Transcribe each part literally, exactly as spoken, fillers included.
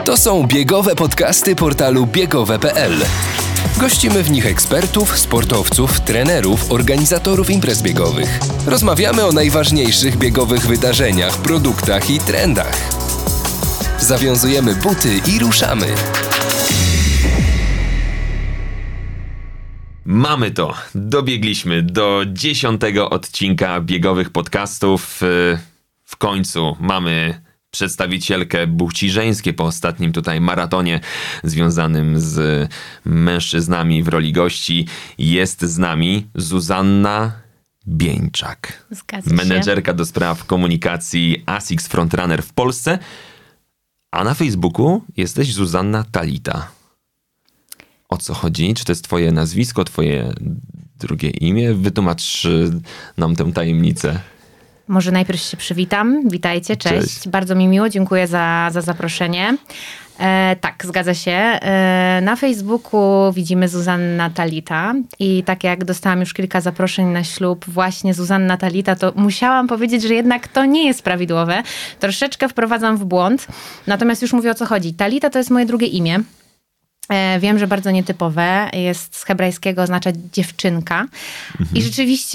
To są biegowe podcasty portalu biegowe kropka pe el. Gościmy w nich ekspertów, sportowców, trenerów, organizatorów imprez biegowych. Rozmawiamy o najważniejszych biegowych wydarzeniach, produktach i trendach. Zawiązujemy buty i ruszamy. Mamy to. Dobiegliśmy do dziesiątego odcinka biegowych podcastów. W końcu mamy przedstawicielkę płci żeńskiej po ostatnim tutaj maratonie związanym z mężczyznami w roli gości. Jest z nami Zuzanna Bieńczak. Zgadza się. Menedżerka do spraw komunikacji ASICS Frontrunner w Polsce. A na Facebooku jesteś Zuzanna Talita. O co chodzi? Czy to jest twoje nazwisko, twoje drugie imię? Wytłumacz nam tę tajemnicę. Może najpierw się przywitam. Witajcie, cześć. Cześć. Bardzo mi miło, dziękuję za, za zaproszenie. E, tak, zgadza się. E, na Facebooku widzimy Zuzanna Talita i tak jak dostałam już kilka zaproszeń na ślub właśnie Zuzanna Talita, to musiałam powiedzieć, że jednak to nie jest prawidłowe. Troszeczkę wprowadzam w błąd, natomiast już mówię, o co chodzi. Talita to jest moje drugie imię. Wiem, że bardzo nietypowe. Jest z hebrajskiego, oznacza dziewczynka. Mhm. I rzeczywiście,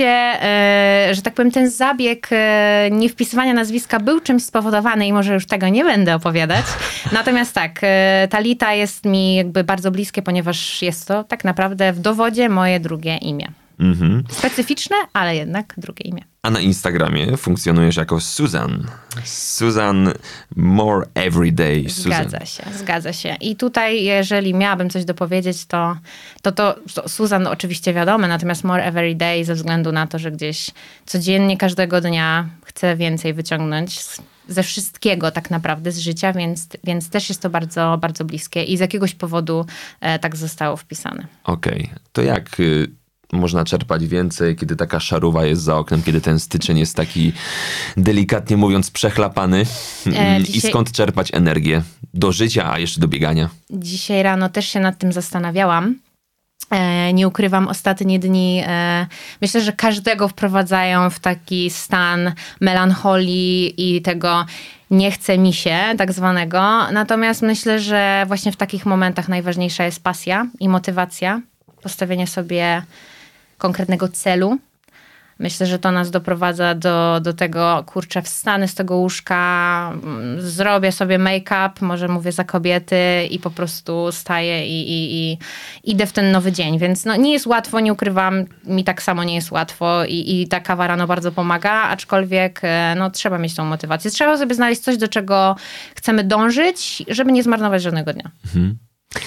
że tak powiem, ten zabieg niewpisywania nazwiska był czymś spowodowany i może już tego nie będę opowiadać. Natomiast tak, Talita jest mi jakby bardzo bliskie, ponieważ jest to tak naprawdę w dowodzie moje drugie imię. Mhm. Specyficzne, ale jednak drugie imię. A na Instagramie funkcjonujesz jako Susan. Susan More Everyday Susan. Zgadza się, zgadza się. I tutaj, jeżeli miałabym coś dopowiedzieć, to to, to, to Susan oczywiście wiadomo, natomiast More Everyday ze względu na to, że gdzieś codziennie, każdego dnia chcę więcej wyciągnąć ze wszystkiego tak naprawdę z życia, więc, więc też jest to bardzo, bardzo bliskie i z jakiegoś powodu e, tak zostało wpisane. Okej, okay. To jak y- można czerpać więcej, kiedy taka szaruwa jest za oknem, kiedy ten styczeń jest taki, delikatnie mówiąc, przechlapany. E, dzisiaj... I skąd czerpać energię do życia, a jeszcze do biegania? Dzisiaj rano też się nad tym zastanawiałam. E, nie ukrywam, ostatnie dni e, myślę, że każdego wprowadzają w taki stan melancholii i tego nie chce mi się, tak zwanego. Natomiast myślę, że właśnie w takich momentach najważniejsza jest pasja i motywacja. Postawienie sobie konkretnego celu. Myślę, że to nas doprowadza do, do tego, kurczę, wstanę z tego łóżka, zrobię sobie make-up, może mówię za kobiety i po prostu staję i, i, i idę w ten nowy dzień. Więc no, nie jest łatwo, nie ukrywam, mi tak samo nie jest łatwo i, i ta kawa rano bardzo pomaga, aczkolwiek no, trzeba mieć tą motywację. Trzeba sobie znaleźć coś, do czego chcemy dążyć, żeby nie zmarnować żadnego dnia. Mhm.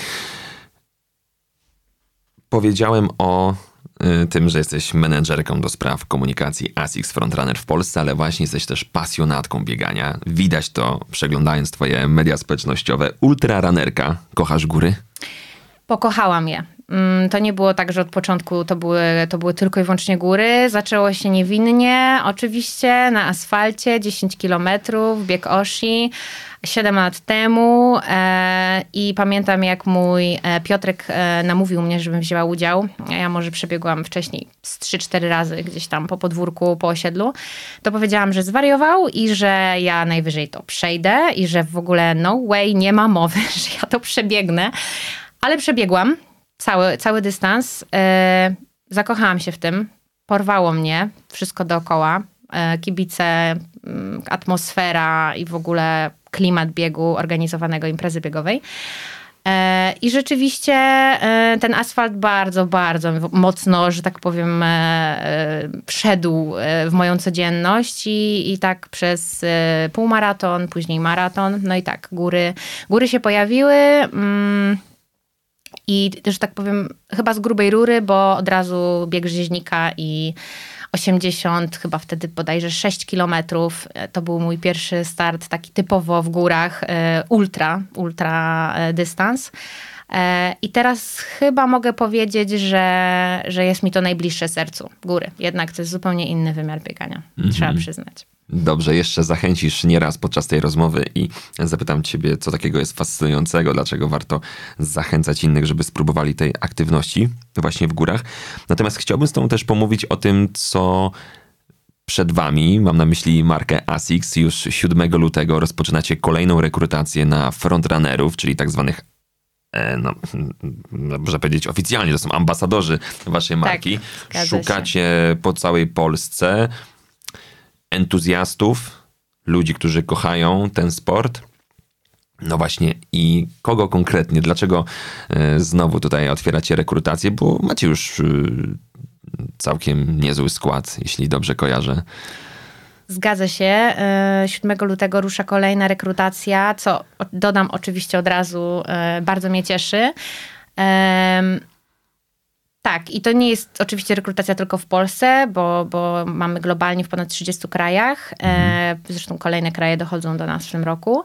Powiedziałem o y, tym, że jesteś menedżerką do spraw komunikacji ASICS Frontrunner w Polsce, ale właśnie jesteś też pasjonatką biegania. Widać to, przeglądając twoje media społecznościowe. Ultrarunnerka. Kochasz góry? Pokochałam je. To nie było tak, że od początku to były, to były tylko i wyłącznie góry. Zaczęło się niewinnie, oczywiście, na asfalcie, dziesięć kilometrów, bieg Osi, siedem lat temu e, i pamiętam, jak mój e, Piotrek e, namówił mnie, żebym wzięła udział. Ja może przebiegłam wcześniej z trzy cztery razy gdzieś tam po podwórku, po osiedlu. To powiedziałam, że zwariował i że ja najwyżej to przejdę i że w ogóle no way, nie ma mowy, że ja to przebiegnę. Ale przebiegłam. Cały, cały dystans. E, zakochałam się w tym. Porwało mnie wszystko dookoła. E, kibice, m, atmosfera i w ogóle klimat biegu organizowanego, imprezy biegowej. E, I rzeczywiście e, ten asfalt bardzo, bardzo mocno, że tak powiem, e, e, wszedł w moją codzienność i, i tak przez e, półmaraton, później maraton. No i tak, góry, góry się pojawiły. Mm, I też tak powiem, chyba z grubej rury, bo od razu bieg Rzeźnika i osiemdziesiąt, chyba wtedy bodajże sześć kilometrów. To był mój pierwszy start taki typowo w górach, ultra, ultra dystans. I teraz chyba mogę powiedzieć, że, że jest mi to najbliższe sercu, góry. Jednak to jest zupełnie inny wymiar biegania, mm-hmm. trzeba przyznać. Dobrze, jeszcze zachęcisz nieraz podczas tej rozmowy i zapytam ciebie, co takiego jest fascynującego, dlaczego warto zachęcać innych, żeby spróbowali tej aktywności właśnie w górach. Natomiast chciałbym z tobą też pomówić o tym, co przed wami, mam na myśli markę Asics. Już siódmego lutego rozpoczynacie kolejną rekrutację na frontrunnerów, czyli tak zwanych, e, no, można powiedzieć oficjalnie, to są ambasadorzy waszej marki. Tak, Szukacie się. po całej Polsce entuzjastów, ludzi, którzy kochają ten sport. No właśnie, i kogo konkretnie? Dlaczego e, znowu tutaj otwieracie rekrutację? Bo macie już e, całkiem niezły skład, jeśli dobrze kojarzę. Zgadza się. siódmego lutego rusza kolejna rekrutacja, co dodam oczywiście od razu, bardzo mnie cieszy. Tak, i to nie jest oczywiście rekrutacja tylko w Polsce, bo, bo mamy globalnie w ponad trzydziestu krajach. Mhm. Zresztą kolejne kraje dochodzą do nas w tym roku.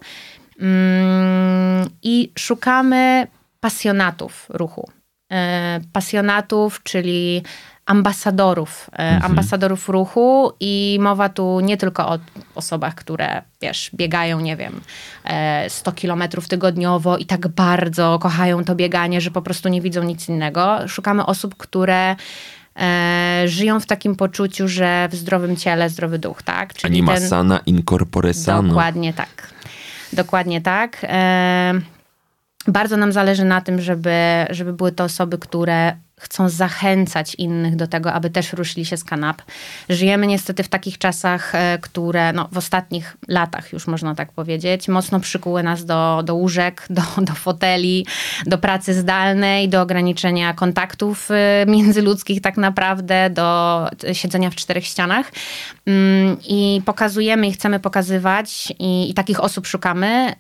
I szukamy pasjonatów ruchu. Pasjonatów, czyli ambasadorów, mhm. ambasadorów ruchu i mowa tu nie tylko o osobach, które, wiesz, biegają, nie wiem, sto kilometrów tygodniowo i tak bardzo kochają to bieganie, że po prostu nie widzą nic innego. Szukamy osób, które e, żyją w takim poczuciu, że w zdrowym ciele zdrowy duch, tak? Czyli anima ten... sana in corpore sano. Dokładnie tak. Dokładnie tak. E, bardzo nam zależy na tym, żeby, żeby były to osoby, które chcą zachęcać innych do tego, aby też ruszyli się z kanap. Żyjemy niestety w takich czasach, które no, w ostatnich latach, już można tak powiedzieć, mocno przykuły nas do, do łóżek, do, do foteli, do pracy zdalnej, do ograniczenia kontaktów międzyludzkich tak naprawdę, do siedzenia w czterech ścianach. I pokazujemy i chcemy pokazywać i, i takich osób szukamy,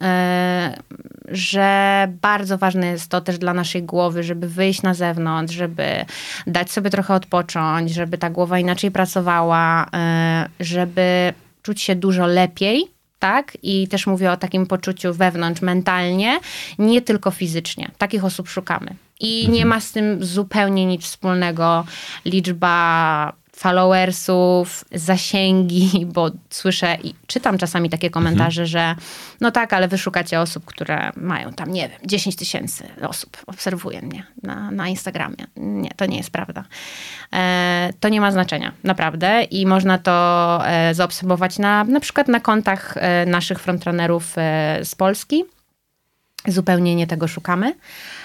że bardzo ważne jest to też dla naszej głowy, żeby wyjść na zewnątrz, żeby dać sobie trochę odpocząć, żeby ta głowa inaczej pracowała, żeby czuć się dużo lepiej, tak? I też mówię o takim poczuciu wewnątrz, mentalnie, nie tylko fizycznie. Takich osób szukamy. I mhm. nie ma z tym zupełnie nic wspólnego liczba followersów, zasięgi, bo słyszę i czytam czasami takie komentarze, mhm. że no tak, ale wy szukacie osób, które mają tam, nie wiem, dziesięć tysięcy osób obserwuje mnie na, na Instagramie. Nie, to nie jest prawda. E, to nie ma znaczenia, naprawdę. I można to e, zaobserwować na, na przykład na kontach e, naszych frontrunnerów e, z Polski. Zupełnie nie tego szukamy.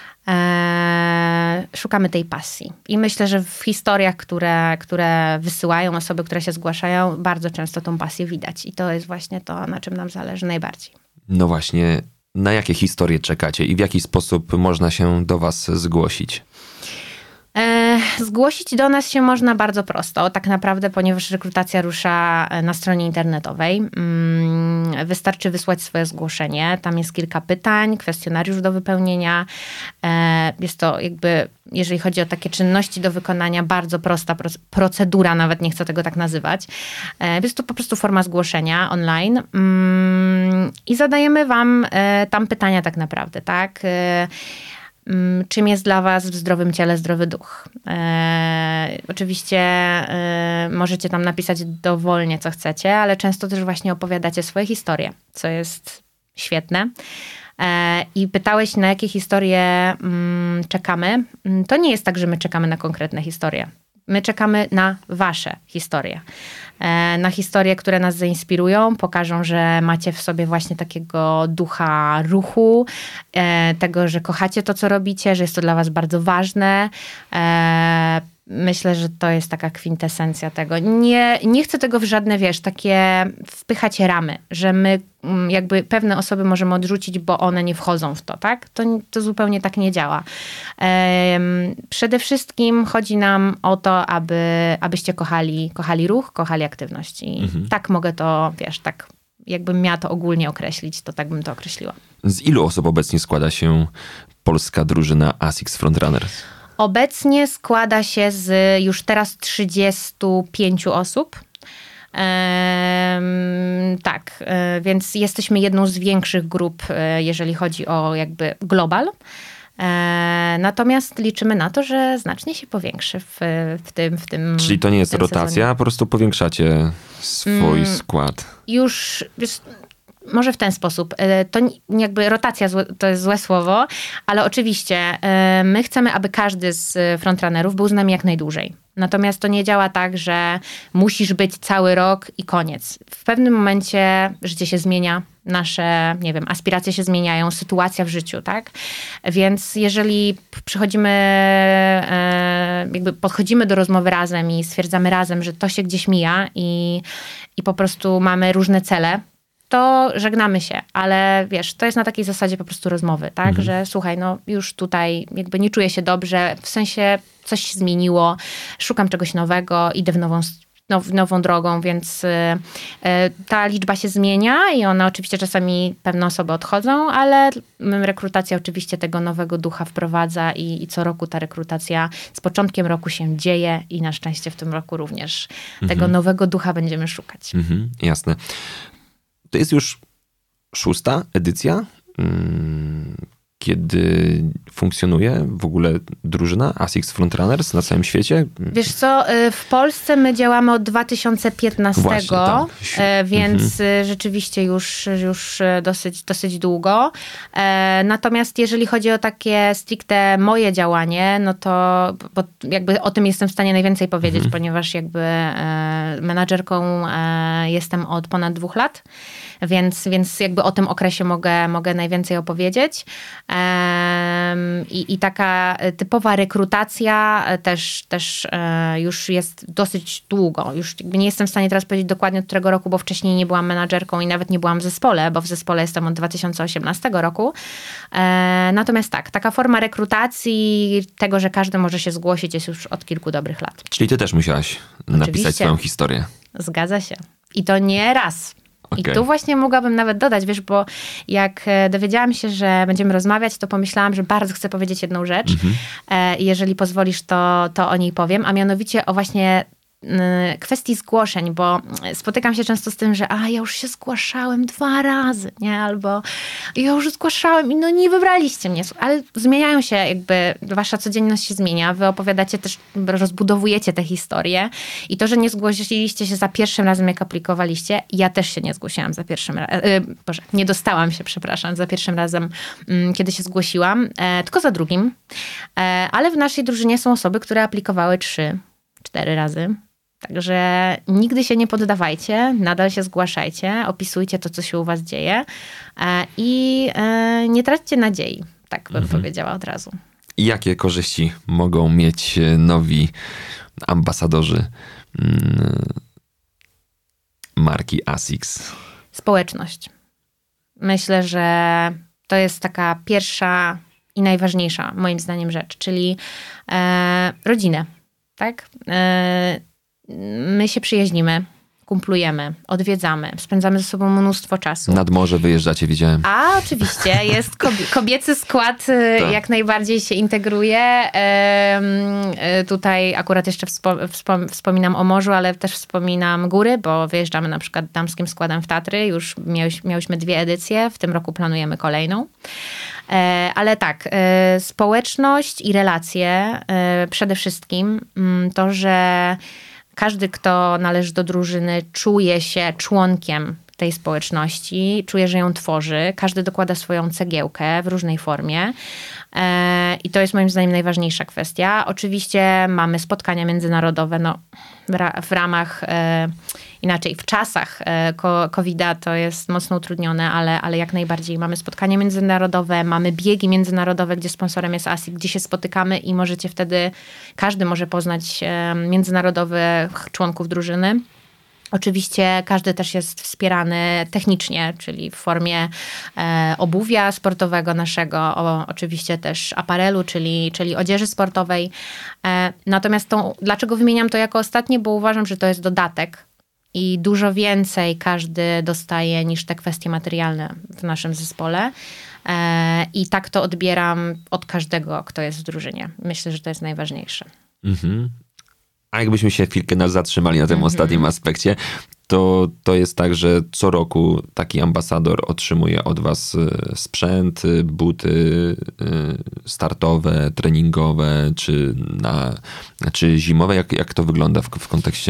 Eee, szukamy tej pasji. I myślę, że w historiach, które, które wysyłają osoby, które się zgłaszają, bardzo często tą pasję widać. I to jest właśnie to, na czym nam zależy najbardziej. No właśnie, na jakie historie czekacie i w jaki sposób można się do was zgłosić? E, zgłosić do nas się można bardzo prosto, tak naprawdę, ponieważ rekrutacja rusza na stronie internetowej. Wystarczy wysłać swoje zgłoszenie. Tam jest kilka pytań, kwestionariusz do wypełnienia. E, jest to jakby, jeżeli chodzi o takie czynności do wykonania, bardzo prosta procedura, nawet nie chcę tego tak nazywać. E, jest to po prostu forma zgłoszenia online. I zadajemy wam e, tam pytania tak naprawdę, tak? E, Czym jest dla was w zdrowym ciele zdrowy duch? E, oczywiście e, możecie tam napisać dowolnie, co chcecie, ale często też właśnie opowiadacie swoje historie, co jest świetne. E, I pytałeś, na jakie historie mm, czekamy. To nie jest tak, że my czekamy na konkretne historie. My czekamy na wasze historie. Na historie, które nas zainspirują, pokażą, że macie w sobie właśnie takiego ducha ruchu, tego, że kochacie to, co robicie, że jest to dla was bardzo ważne. Myślę, że to jest taka kwintesencja tego. Nie, nie chcę tego w żadne, wiesz, takie wpychać ramy, że my jakby pewne osoby możemy odrzucić, bo one nie wchodzą w to, tak? To, to zupełnie tak nie działa. Um, przede wszystkim chodzi nam o to, aby, abyście kochali, kochali ruch, kochali aktywność. I mhm. tak mogę to, wiesz, tak jakbym miała to ogólnie określić, to tak bym to określiła. Z ilu osób obecnie składa się polska drużyna Asics Frontrunners? Obecnie składa się z już teraz trzydziestu pięciu osób. Ehm, tak, e, więc jesteśmy jedną z większych grup, e, jeżeli chodzi o jakby global. E, natomiast liczymy na to, że znacznie się powiększy w, w tym w tym Czyli to nie jest rotacja, sezonie. Po prostu powiększacie swój mm, skład. Już, już może w ten sposób. To jakby rotacja to jest złe słowo, ale oczywiście my chcemy, aby każdy z frontrunnerów był z nami jak najdłużej. Natomiast to nie działa tak, że musisz być cały rok i koniec. W pewnym momencie życie się zmienia, nasze, nie wiem, aspiracje się zmieniają, sytuacja w życiu, tak? Więc jeżeli przychodzimy, jakby podchodzimy do rozmowy razem i stwierdzamy razem, że to się gdzieś mija i, i po prostu mamy różne cele, to żegnamy się, ale wiesz, to jest na takiej zasadzie po prostu rozmowy, tak, mhm. że słuchaj, no już tutaj jakby nie czuję się dobrze, w sensie coś się zmieniło, szukam czegoś nowego, idę w nową, now, nową drogą, więc y, y, ta liczba się zmienia i one oczywiście czasami pewne osoby odchodzą, ale rekrutacja oczywiście tego nowego ducha wprowadza i, i co roku ta rekrutacja z początkiem roku się dzieje i na szczęście w tym roku również mhm. tego nowego ducha będziemy szukać. Mhm, jasne. To jest już szósta edycja, kiedy funkcjonuje w ogóle drużyna Asics Frontrunners na całym świecie. Wiesz co, w Polsce my działamy od dwa tysiące piętnastego, Właśnie, tak. więc mhm. rzeczywiście już, już dosyć, dosyć długo. Natomiast jeżeli chodzi o takie stricte moje działanie, no to bo jakby o tym jestem w stanie najwięcej powiedzieć, mhm. ponieważ jakby menadżerką jestem od ponad dwóch lat. Więc, więc jakby o tym okresie mogę, mogę najwięcej opowiedzieć. Um, i, I taka typowa rekrutacja też, też e, już jest dosyć długo. Już jakby nie jestem w stanie teraz powiedzieć dokładnie od którego roku, bo wcześniej nie byłam menadżerką i nawet nie byłam w zespole, bo w zespole jestem od dwa tysiące osiemnastego roku. E, natomiast tak, taka forma rekrutacji, tego, że każdy może się zgłosić, jest już od kilku dobrych lat. Czyli ty też musiałaś Oczywiście. napisać swoją historię. Zgadza się. I to nie raz. Okay. I tu właśnie mogłabym nawet dodać, wiesz, bo jak dowiedziałam się, że będziemy rozmawiać, to pomyślałam, że bardzo chcę powiedzieć jedną rzecz. Mm-hmm. I jeżeli pozwolisz, to, to o niej powiem, a mianowicie o właśnie kwestii zgłoszeń, bo spotykam się często z tym, że a ja już się zgłaszałem dwa razy, nie? Albo ja już zgłaszałem i no nie wybraliście mnie. Ale zmieniają się jakby, wasza codzienność się zmienia. Wy opowiadacie też, rozbudowujecie te historie i to, że nie zgłosiliście się za pierwszym razem, jak aplikowaliście, ja też się nie zgłosiłam za pierwszym razem, yy, Boże, nie dostałam się, przepraszam, za pierwszym razem, yy, kiedy się zgłosiłam, e, tylko za drugim. E, ale w naszej drużynie są osoby, które aplikowały trzy, cztery razy. Także nigdy się nie poddawajcie, nadal się zgłaszajcie, opisujcie to, co się u was dzieje i nie traćcie nadziei, tak bym mhm. powiedziała od razu. Jakie korzyści mogą mieć nowi ambasadorzy marki Asics? Społeczność. Myślę, że to jest taka pierwsza i najważniejsza moim zdaniem rzecz, czyli e, rodzinę, tak? E, My się przyjaźnimy, kumplujemy, odwiedzamy, spędzamy ze sobą mnóstwo czasu. Nad morze wyjeżdżacie, widziałem. A oczywiście, jest kobiecy skład, tak. jak najbardziej się integruje. Tutaj akurat jeszcze wspom- wspom- wspominam o morzu, ale też wspominam góry, bo wyjeżdżamy na przykład damskim składem w Tatry. Już miałeś, miałyśmy dwie edycje, w tym roku planujemy kolejną. Ale tak, społeczność i relacje przede wszystkim. To, że każdy, kto należy do drużyny, czuje się członkiem tej społeczności, czuje, że ją tworzy. Każdy dokłada swoją cegiełkę w różnej formie. I to jest moim zdaniem najważniejsza kwestia. Oczywiście mamy spotkania międzynarodowe, no, w, ra- w ramach, e, inaczej, w czasach e, kowida to jest mocno utrudnione, ale, ale jak najbardziej mamy spotkania międzynarodowe, mamy biegi międzynarodowe, gdzie sponsorem jest Asics, gdzie się spotykamy i możecie wtedy, każdy może poznać e, międzynarodowych członków drużyny. Oczywiście każdy też jest wspierany technicznie, czyli w formie e, obuwia sportowego naszego, o, oczywiście też aparelu, czyli, czyli odzieży sportowej. E, natomiast to, dlaczego wymieniam to jako ostatnie? Bo uważam, że to jest dodatek i dużo więcej każdy dostaje niż te kwestie materialne w naszym zespole. E, I tak to odbieram od każdego, kto jest w drużynie. Myślę, że to jest najważniejsze. Mhm. A jakbyśmy się chwilkę nas zatrzymali na tym mm-hmm. ostatnim aspekcie, to, to jest tak, że co roku taki ambasador otrzymuje od was sprzęt, buty startowe, treningowe, czy, na, czy zimowe. Jak, jak to wygląda w, w kontekście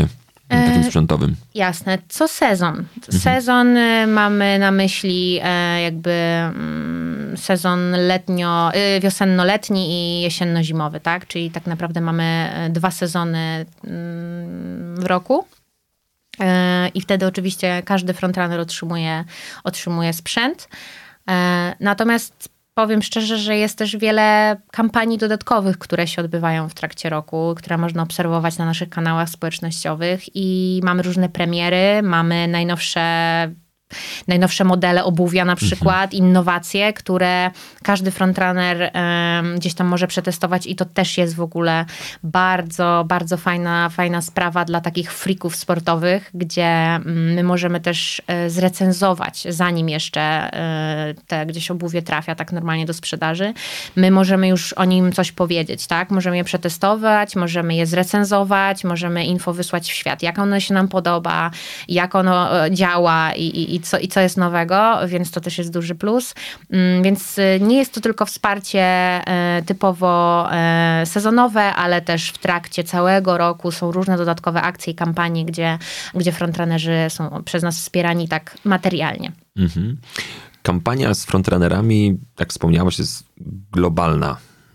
takim sprzętowym? Jasne. Co sezon. Mhm. Sezon y, mamy na myśli y, jakby y, sezon letnio, y, wiosenno-letni i jesienno-zimowy, tak? Czyli tak naprawdę mamy dwa sezony y, w roku. Y, I wtedy oczywiście każdy frontrunner otrzymuje, otrzymuje sprzęt. Y, natomiast powiem szczerze, że jest też wiele kampanii dodatkowych, które się odbywają w trakcie roku, które można obserwować na naszych kanałach społecznościowych i mamy różne premiery, mamy najnowsze najnowsze modele obuwia na przykład, mhm. innowacje, które każdy frontrunner um, gdzieś tam może przetestować i to też jest w ogóle bardzo, bardzo fajna, fajna sprawa dla takich freaków sportowych, gdzie my możemy też e, zrecenzować, zanim jeszcze e, te gdzieś obuwie trafia tak normalnie do sprzedaży. My możemy już o nim coś powiedzieć, tak? Możemy je przetestować, możemy je zrecenzować, możemy info wysłać w świat, jak ono się nam podoba, jak ono e, działa i, i I co, i co jest nowego, więc to też jest duży plus. Więc nie jest to tylko wsparcie typowo sezonowe, ale też w trakcie całego roku są różne dodatkowe akcje i kampanie, gdzie, gdzie frontrunnerzy są przez nas wspierani tak materialnie. Mhm. Kampania z frontrunnerami, jak wspomniałaś, jest globalna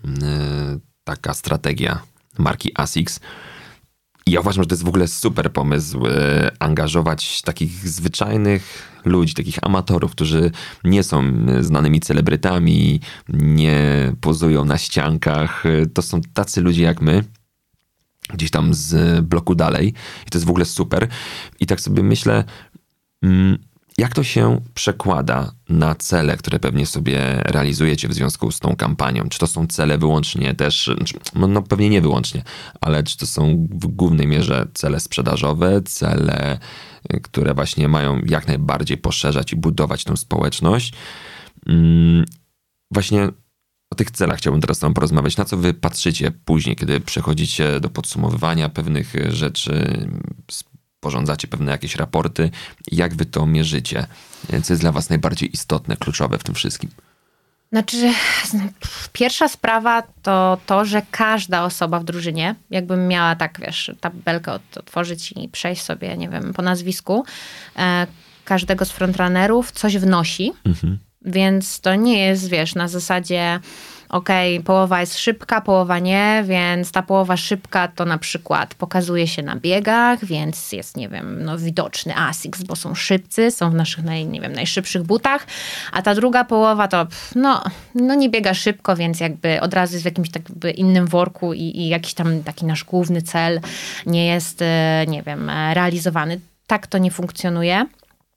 taka strategia marki ASICS. I ja uważam, że to jest w ogóle super pomysł, e, angażować takich zwyczajnych ludzi, takich amatorów, którzy nie są znanymi celebrytami, nie pozują na ściankach. To są tacy ludzie jak my, gdzieś tam z bloku dalej. I to jest w ogóle super. I tak sobie myślę, mm, jak to się przekłada na cele, które pewnie sobie realizujecie w związku z tą kampanią? Czy to są cele wyłącznie też, no pewnie nie wyłącznie, ale czy to są w głównej mierze cele sprzedażowe, cele, które właśnie mają jak najbardziej poszerzać i budować tę społeczność? Właśnie o tych celach chciałbym teraz z tobą porozmawiać. Na co wy patrzycie później, kiedy przechodzicie do podsumowywania pewnych rzeczy, sporządzacie pewne jakieś raporty? Jak wy to mierzycie? Co jest dla was najbardziej istotne, kluczowe w tym wszystkim? Znaczy, pierwsza sprawa to to, że każda osoba w drużynie, jakbym miała tak, wiesz, tabelkę otworzyć i przejść sobie, nie wiem, po nazwisku, e, każdego z frontrunnerów coś wnosi. Mhm. Więc to nie jest, wiesz, na zasadzie okej, okay, połowa jest szybka, połowa nie, więc ta połowa szybka to na przykład pokazuje się na biegach, więc jest, nie wiem, no widoczny ASICS, bo są szybcy, są w naszych, naj, nie wiem, najszybszych butach, a ta druga połowa to, no, no nie biega szybko, więc jakby od razu jest w jakimś tak jakby innym worku i, i jakiś tam taki nasz główny cel nie jest, nie wiem, realizowany. Tak to nie funkcjonuje.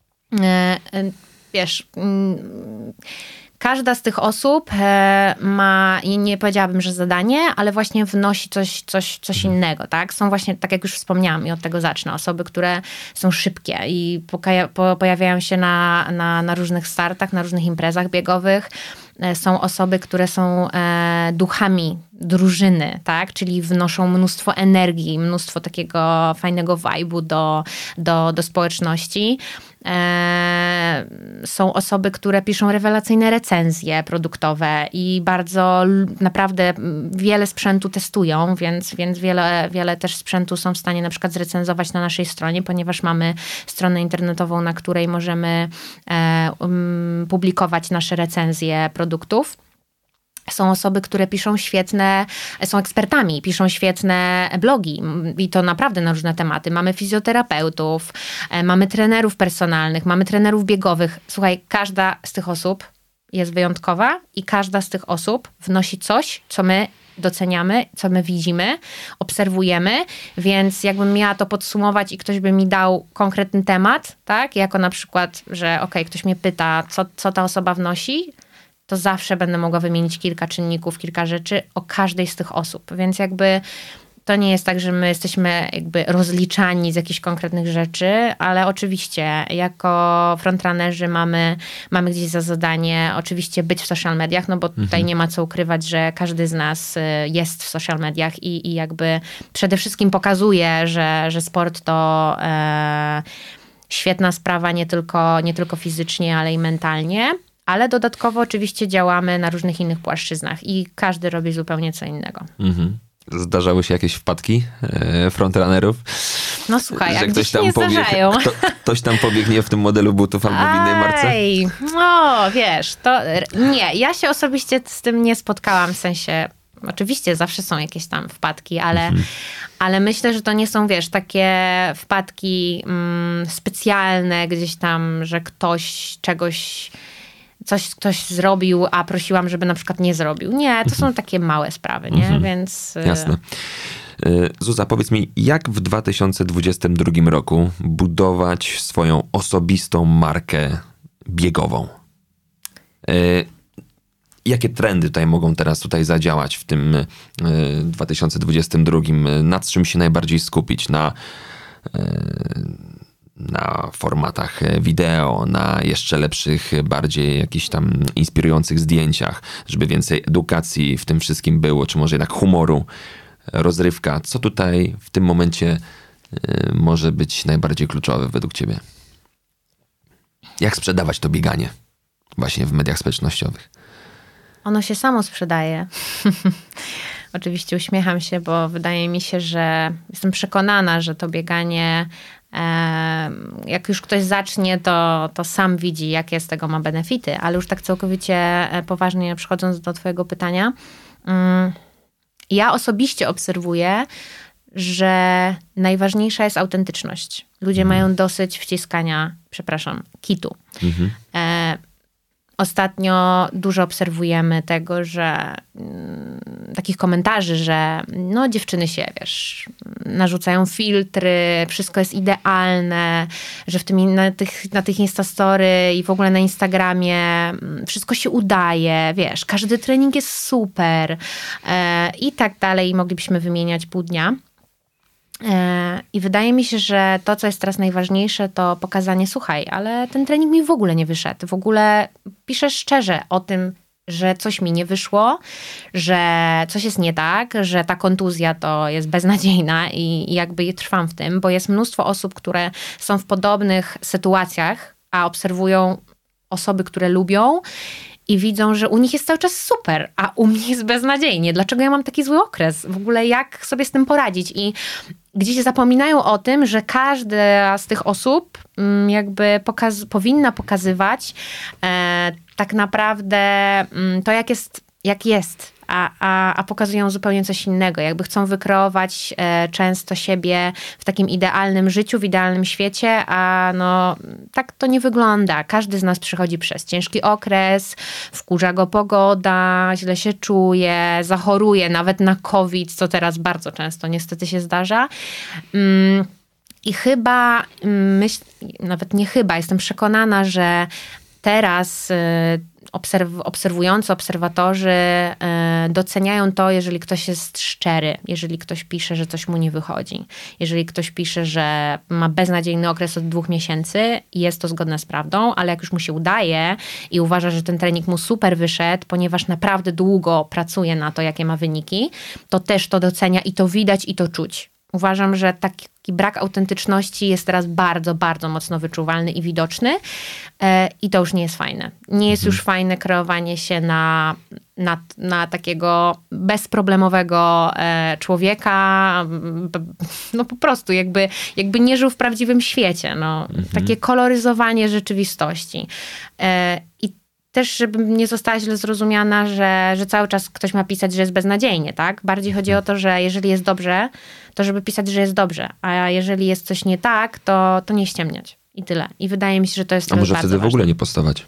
Wiesz... Każda z tych osób ma, nie powiedziałabym, że zadanie, ale właśnie wnosi coś, coś, coś innego, tak? Są właśnie, tak jak już wspomniałam i od tego zacznę, osoby, które są szybkie i poka- po, pojawiają się na, na, na różnych startach, na różnych imprezach biegowych. Są osoby, które są e, duchami drużyny, tak? Czyli wnoszą mnóstwo energii, mnóstwo takiego fajnego vibe'u do, do, do społeczności. E, są osoby, które piszą rewelacyjne recenzje produktowe i bardzo naprawdę wiele sprzętu testują, więc, więc wiele, wiele też sprzętu są w stanie na przykład zrecenzować na naszej stronie, ponieważ mamy stronę internetową, na której możemy e, um, publikować nasze recenzje produktów. Są osoby, które piszą świetne, są ekspertami, piszą świetne blogi i to naprawdę na różne tematy. Mamy fizjoterapeutów, mamy trenerów personalnych, mamy trenerów biegowych. Słuchaj, każda z tych osób jest wyjątkowa i każda z tych osób wnosi coś, co my doceniamy, co my widzimy, obserwujemy, więc jakbym miała to podsumować i ktoś by mi dał konkretny temat, tak, jako na przykład, że okej, okay, ktoś mnie pyta, co, co ta osoba wnosi, to zawsze będę mogła wymienić kilka czynników, kilka rzeczy o każdej z tych osób. Więc jakby to nie jest tak, że my jesteśmy jakby rozliczani z jakichś konkretnych rzeczy, ale oczywiście jako frontrunnerzy mamy, mamy gdzieś za zadanie oczywiście być w social mediach, no bo tutaj mhm. nie ma co ukrywać, że każdy z nas jest w social mediach i, i jakby przede wszystkim pokazuje, że, że sport to e, świetna sprawa nie tylko, nie tylko fizycznie, ale i mentalnie. Ale dodatkowo oczywiście działamy na różnych innych płaszczyznach i każdy robi zupełnie co innego. Mhm. Zdarzały się jakieś wpadki e, frontrunnerów? No słuchaj, że jak ktoś tam tam pobiegł, kto, ktoś tam pobiegnie w tym modelu butów albo w innej marce? Ej, no wiesz, to nie, ja się osobiście z tym nie spotkałam, w sensie oczywiście zawsze są jakieś tam wpadki, ale, mhm. ale myślę, że to nie są, wiesz, takie wpadki mm, specjalne gdzieś tam, że ktoś czegoś, coś ktoś zrobił, a prosiłam, żeby na przykład nie zrobił. Nie, to mhm. są takie małe sprawy, nie? Mhm. Więc... Jasne. Zuza, powiedz mi, jak w dwa tysiące dwudziestym drugim roku budować swoją osobistą markę biegową? Jakie trendy tutaj mogą teraz tutaj zadziałać w tym dwa tysiące dwudziestym drugim? Nad czym się najbardziej skupić? Na, na formatach wideo, na jeszcze lepszych, bardziej jakichś tam inspirujących zdjęciach, żeby więcej edukacji w tym wszystkim było, czy może jednak humoru, rozrywka. Co tutaj w tym momencie może być najbardziej kluczowe według ciebie? Jak sprzedawać to bieganie właśnie w mediach społecznościowych? Ono się samo sprzedaje. Oczywiście uśmiecham się, bo wydaje mi się, że jestem przekonana, że to bieganie, e, jak już ktoś zacznie, to, to sam widzi, jakie z tego ma benefity. Ale już tak całkowicie poważnie przechodząc do twojego pytania, mm, ja osobiście obserwuję, że najważniejsza jest autentyczność. Ludzie mhm. mają dosyć wciskania, przepraszam, kitu. Mhm. E, Ostatnio dużo obserwujemy tego, że mm, takich komentarzy, że no dziewczyny się, wiesz, narzucają filtry, wszystko jest idealne, że w tym, na, tych, na tych Instastory i w ogóle na Instagramie wszystko się udaje, wiesz, każdy trening jest super e, i tak dalej. Moglibyśmy wymieniać pół dnia. I wydaje mi się, że to, co jest teraz najważniejsze, to pokazanie, słuchaj, ale ten trening mi w ogóle nie wyszedł. W ogóle piszę szczerze o tym, że coś mi nie wyszło, że coś jest nie tak, że ta kontuzja to jest beznadziejna i, i jakby trwam w tym, bo jest mnóstwo osób, które są w podobnych sytuacjach, a obserwują osoby, które lubią i widzą, że u nich jest cały czas super, a u mnie jest beznadziejnie. Dlaczego ja mam taki zły okres? W ogóle jak sobie z tym poradzić? I gdzieś zapominają o tym, że każda z tych osób jakby pokaz- powinna pokazywać e, tak naprawdę m, to, jak jest, jak jest. A, a, a pokazują zupełnie coś innego. Jakby chcą wykreować e, często siebie w takim idealnym życiu, w idealnym świecie, a no tak to nie wygląda. Każdy z nas przychodzi przez ciężki okres, wkurza go pogoda, źle się czuje, zachoruje nawet na COVID, co teraz bardzo często niestety się zdarza. Mm, I chyba, myśl, nawet nie chyba, jestem przekonana, że teraz obserw- obserwujący, obserwatorzy yy, doceniają to, jeżeli ktoś jest szczery, jeżeli ktoś pisze, że coś mu nie wychodzi, jeżeli ktoś pisze, że ma beznadziejny okres od dwóch miesięcy i jest to zgodne z prawdą, ale jak już mu się udaje i uważa, że ten trening mu super wyszedł, ponieważ naprawdę długo pracuje na to, jakie ma wyniki, to też to docenia i to widać i to czuć. Uważam, że taki brak autentyczności jest teraz bardzo, bardzo mocno wyczuwalny i widoczny e, i to już nie jest fajne. Nie jest już fajne kreowanie się na, na, na takiego bezproblemowego e, człowieka, no po prostu jakby, jakby nie żył w prawdziwym świecie. No. Mhm. Takie koloryzowanie rzeczywistości. E, I też, żebym nie została źle zrozumiana, że, że cały czas ktoś ma pisać, że jest beznadziejnie, tak? Bardziej chodzi o to, że jeżeli jest dobrze, to żeby pisać, że jest dobrze. A jeżeli jest coś nie tak, to, to nie ściemniać. I tyle. I wydaje mi się, że to jest A może bardzo wtedy ważne. w ogóle nie postawać?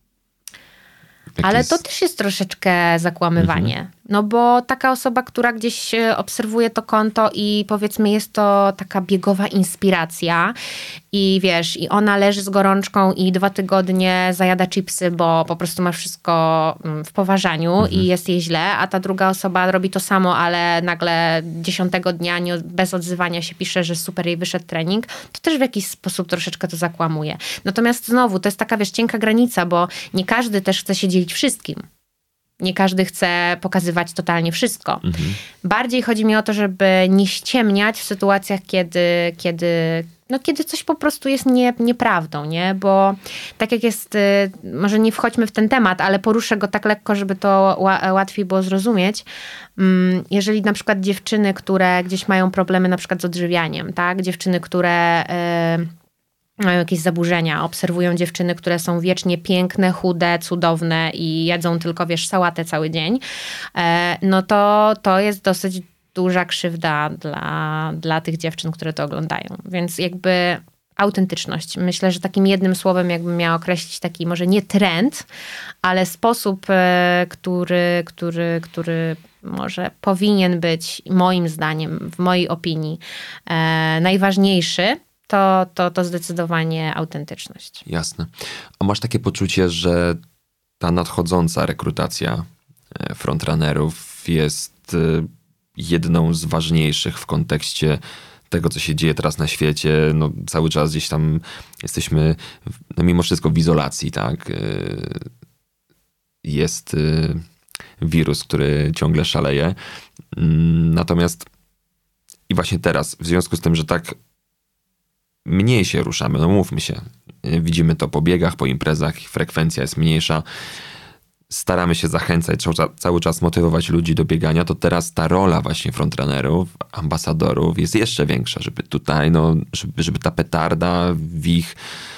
Jak Ale jest... to też jest troszeczkę zakłamywanie. Mhm. No bo taka osoba, która gdzieś obserwuje to konto i powiedzmy jest to taka biegowa inspiracja i wiesz, i ona leży z gorączką i dwa tygodnie zajada chipsy, bo po prostu ma wszystko w poważaniu mhm. i jest jej źle, a ta druga osoba robi to samo, ale nagle dziesiątego dnia nie, bez odzywania się pisze, że super jej wyszedł trening, to też w jakiś sposób troszeczkę to zakłamuje. Natomiast znowu, to jest taka, wiesz, cienka granica, bo nie każdy też chce się dzielić wszystkim. Nie każdy chce pokazywać totalnie wszystko. Mhm. Bardziej chodzi mi o to, żeby nie ściemniać w sytuacjach, kiedy, kiedy no kiedy coś po prostu jest nie, nieprawdą, nie? Bo tak jak jest, może nie wchodźmy w ten temat, ale poruszę go tak lekko, żeby to łatwiej było zrozumieć. Jeżeli na przykład dziewczyny, które gdzieś mają problemy na przykład z odżywianiem, tak? Dziewczyny, które mają jakieś zaburzenia, obserwują dziewczyny, które są wiecznie piękne, chude, cudowne i jedzą tylko, wiesz, sałatę cały dzień, no to to jest dosyć duża krzywda dla, dla tych dziewczyn, które to oglądają. Więc jakby autentyczność. Myślę, że takim jednym słowem jakbym miała określić taki może nie trend, ale sposób, który, który, który może powinien być moim zdaniem, w mojej opinii najważniejszy, to, to, to zdecydowanie autentyczność. Jasne. A masz takie poczucie, że ta nadchodząca rekrutacja frontrunnerów jest jedną z ważniejszych w kontekście tego, co się dzieje teraz na świecie? No, cały czas gdzieś tam jesteśmy, no, mimo wszystko w izolacji, tak? Jest wirus, który ciągle szaleje. Natomiast i właśnie teraz, w związku z tym, że tak mniej się ruszamy, no mówmy się, widzimy to po biegach, po imprezach, frekwencja jest mniejsza, staramy się zachęcać, cały czas motywować ludzi do biegania, to teraz ta rola właśnie frontrunnerów, ambasadorów jest jeszcze większa, żeby tutaj, no, żeby, żeby ta petarda w ich,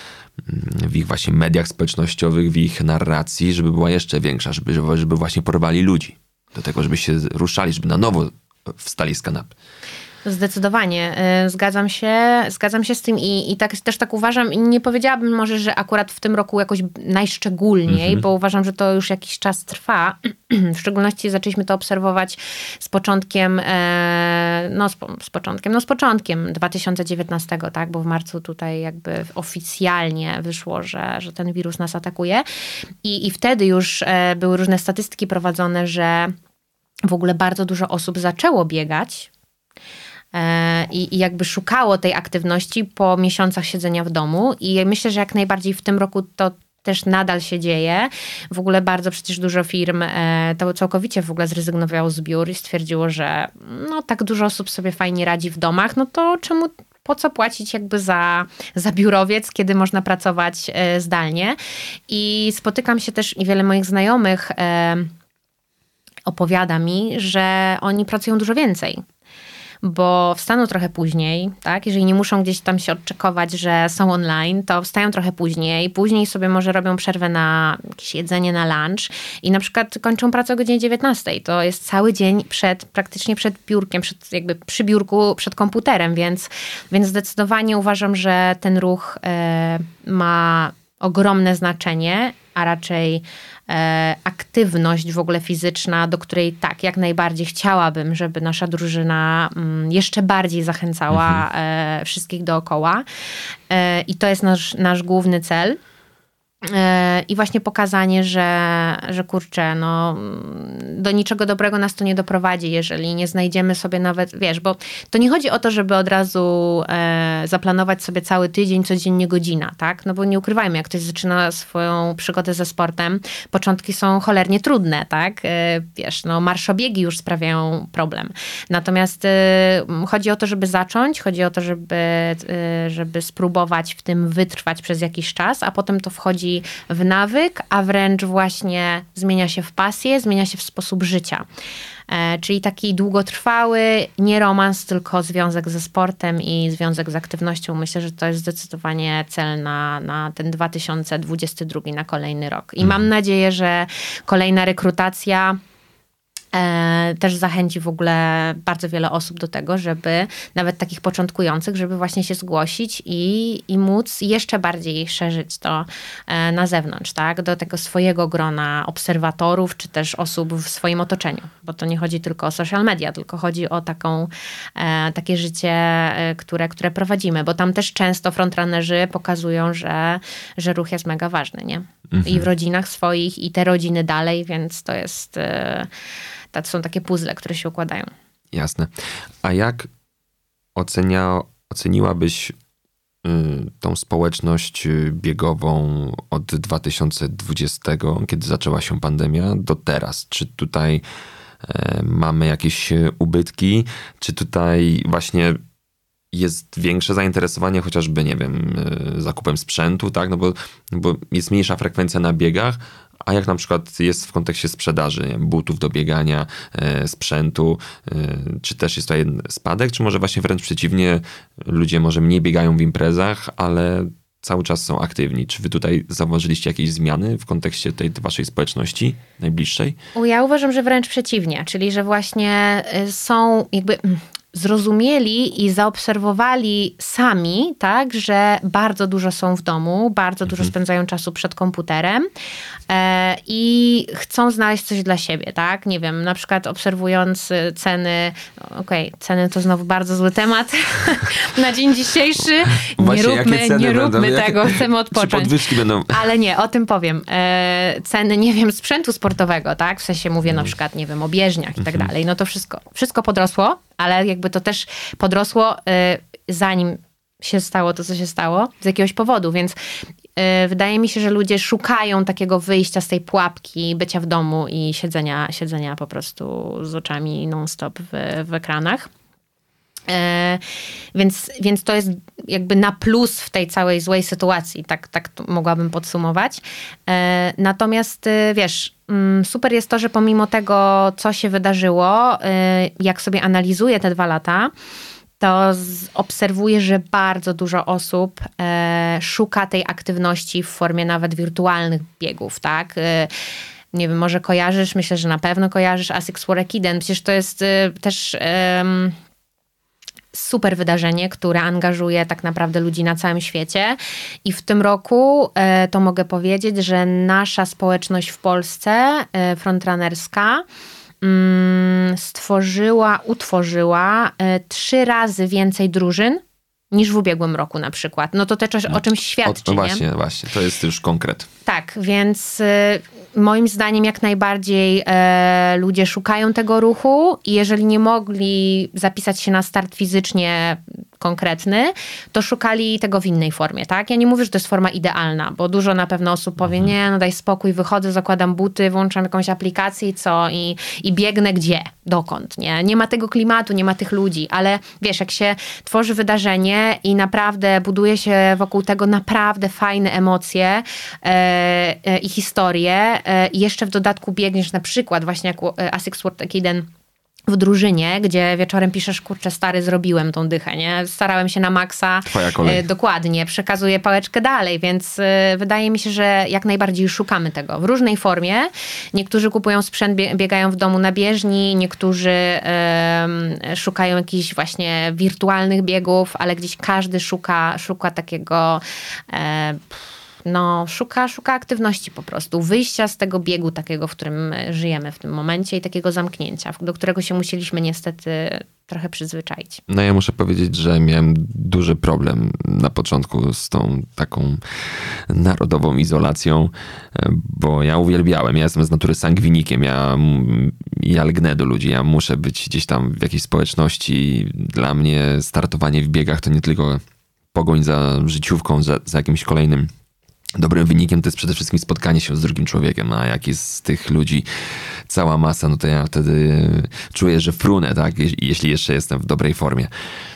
w ich właśnie mediach społecznościowych, w ich narracji, żeby była jeszcze większa, żeby, żeby właśnie porwali ludzi do tego, żeby się ruszali, żeby na nowo wstali z kanapy. Zdecydowanie. Zgadzam się, zgadzam się z tym i, i tak, też tak uważam. I nie powiedziałabym może, że akurat w tym roku jakoś najszczególniej, mm-hmm. bo uważam, że to już jakiś czas trwa. W szczególności zaczęliśmy to obserwować z początkiem, no z, z początkiem, no z początkiem dwa tysiące dziewiętnastego, tak, bo w marcu tutaj jakby oficjalnie wyszło, że, że ten wirus nas atakuje. I, i wtedy już były różne statystyki prowadzone, że w ogóle bardzo dużo osób zaczęło biegać, I, i jakby szukało tej aktywności po miesiącach siedzenia w domu i myślę, że jak najbardziej w tym roku to też nadal się dzieje. W ogóle bardzo przecież dużo firm to całkowicie w ogóle zrezygnowało z biur i stwierdziło, że no tak dużo osób sobie fajnie radzi w domach, no to czemu, po co płacić jakby za, za biurowiec, kiedy można pracować zdalnie. I spotykam się też i wiele moich znajomych opowiada mi, że oni pracują dużo więcej, bo wstaną trochę później, tak? Jeżeli nie muszą gdzieś tam się odczekować, że są online, to wstają trochę później. Później sobie może robią przerwę na jakieś jedzenie, na lunch i na przykład kończą pracę o godzinie dziewiętnastej. To jest cały dzień przed, praktycznie przed biurkiem, przed, jakby przy biurku, przed komputerem, więc, więc zdecydowanie uważam, że ten ruch e, ma ogromne znaczenie, a raczej e, aktywność w ogóle fizyczna, do której tak, jak najbardziej chciałabym, żeby nasza drużyna m, jeszcze bardziej zachęcała mhm. e, wszystkich dookoła. E, I to jest nasz, nasz główny cel. I właśnie pokazanie, że, że kurczę, no do niczego dobrego nas to nie doprowadzi, jeżeli nie znajdziemy sobie nawet, wiesz, bo to nie chodzi o to, żeby od razu e, zaplanować sobie cały tydzień, codziennie godzina, tak? No bo nie ukrywajmy, jak ktoś zaczyna swoją przygodę ze sportem, początki są cholernie trudne, tak? E, wiesz, no marszobiegi już sprawiają problem. Natomiast e, chodzi o to, żeby zacząć, chodzi o to, żeby, e, żeby spróbować w tym wytrwać przez jakiś czas, a potem to wchodzi w nawyk, a wręcz właśnie zmienia się w pasję, zmienia się w sposób życia. E, czyli taki długotrwały, nie romans, tylko związek ze sportem i związek z aktywnością. Myślę, że to jest zdecydowanie cel na, na ten dwa tysiące dwudziesty drugi, na kolejny rok. I mam nadzieję, że kolejna rekrutacja E, też zachęci w ogóle bardzo wiele osób do tego, żeby nawet takich początkujących, żeby właśnie się zgłosić i, i móc jeszcze bardziej szerzyć to e, na zewnątrz, tak? Do tego swojego grona obserwatorów, czy też osób w swoim otoczeniu, bo to nie chodzi tylko o social media, tylko chodzi o taką, e, takie życie, e, które, które prowadzimy, bo tam też często frontrunnerzy pokazują, że, że ruch jest mega ważny, nie? Mhm. I w rodzinach swoich, i te rodziny dalej, więc to jest... E, To są takie puzzle, które się układają. Jasne. A jak ocenia, oceniłabyś y, tą społeczność biegową od dwa tysiące dwudziestego, kiedy zaczęła się pandemia, do teraz? Czy tutaj y, mamy jakieś ubytki? Czy tutaj właśnie jest większe zainteresowanie chociażby, nie wiem, zakupem sprzętu, tak? No bo, bo jest mniejsza frekwencja na biegach, a jak na przykład jest w kontekście sprzedaży, nie wiem, butów do biegania, e, sprzętu, e, czy też jest to spadek, czy może właśnie wręcz przeciwnie, ludzie może mniej biegają w imprezach, ale cały czas są aktywni. Czy wy tutaj zauważyliście jakieś zmiany w kontekście tej waszej społeczności najbliższej? Ja uważam, że wręcz przeciwnie, czyli że właśnie są jakby zrozumieli i zaobserwowali sami, tak, że bardzo dużo są w domu, bardzo dużo spędzają czasu przed komputerem e, i chcą znaleźć coś dla siebie, tak? Nie wiem, na przykład obserwując ceny, okej, okay, ceny to znowu bardzo zły temat na dzień dzisiejszy. Właśnie, nie róbmy, nie róbmy będą, tego, jak, chcemy odpocząć. Czy podwyżki będą? Ale nie, o tym powiem. E, ceny, nie wiem, sprzętu sportowego, tak? W sensie mówię na przykład, nie wiem, o bieżniach i tak dalej. No to wszystko, wszystko podrosło, ale jakby to też podrosło, y, zanim się stało to, co się stało, z jakiegoś powodu, więc y, wydaje mi się, że ludzie szukają takiego wyjścia z tej pułapki bycia w domu i siedzenia, siedzenia po prostu z oczami non-stop w, w ekranach. E, więc, więc to jest jakby na plus w tej całej złej sytuacji, tak, tak to mogłabym podsumować. E, natomiast wiesz, super jest to, że pomimo tego, co się wydarzyło, jak sobie analizuję te dwa lata, to obserwuję, że bardzo dużo osób e, szuka tej aktywności w formie nawet wirtualnych biegów, tak? E, nie wiem, może kojarzysz, myślę, że na pewno kojarzysz Asics for a Kiden. Przecież to jest e, też... E, super wydarzenie, które angażuje tak naprawdę ludzi na całym świecie i w tym roku e, to mogę powiedzieć, że nasza społeczność w Polsce, e, frontrunnerska, mm, stworzyła, utworzyła e, trzy razy więcej drużyn niż w ubiegłym roku na przykład. No to też o czymś świadczy, o, właśnie, nie? Właśnie, to jest już konkret. Tak, więc y, moim zdaniem jak najbardziej e, ludzie szukają tego ruchu i jeżeli nie mogli zapisać się na start fizycznie konkretny, to szukali tego w innej formie, tak? Ja nie mówię, że to jest forma idealna, bo dużo na pewno osób powie, mhm. nie, no daj spokój, wychodzę, zakładam buty, włączam jakąś aplikację i co? I, i biegnę gdzie? Dokąd? Nie? Nie ma tego klimatu, nie ma tych ludzi, ale wiesz, jak się tworzy wydarzenie i naprawdę buduje się wokół tego naprawdę fajne emocje e, e, i historie e, i jeszcze w dodatku biegniesz na przykład właśnie jak Asics for a Kiden w drużynie, gdzie wieczorem piszesz, kurczę, stary, zrobiłem tą dychę, nie? Starałem się na maksa. Twoja kolej. E, dokładnie, przekazuję pałeczkę dalej, więc e, wydaje mi się, że jak najbardziej szukamy tego w różnej formie. Niektórzy kupują sprzęt, bie, biegają w domu na bieżni, niektórzy e, szukają jakichś właśnie wirtualnych biegów, ale gdzieś każdy szuka, szuka takiego e, no, szuka, szuka aktywności po prostu, wyjścia z tego biegu takiego, w którym żyjemy w tym momencie i takiego zamknięcia, do którego się musieliśmy niestety trochę przyzwyczaić. No ja muszę powiedzieć, że miałem duży problem na początku z tą taką narodową izolacją, bo ja uwielbiałem, ja jestem z natury sangwinikiem, ja, ja lgnę do ludzi, ja muszę być gdzieś tam w jakiejś społeczności. Dla mnie startowanie w biegach to nie tylko pogoń za życiówką, za, za jakimś kolejnym dobrym wynikiem, to jest przede wszystkim spotkanie się z drugim człowiekiem, a jak jest z tych ludzi cała masa, no to ja wtedy czuję, że frunę, tak, jeśli jeszcze jestem w dobrej formie.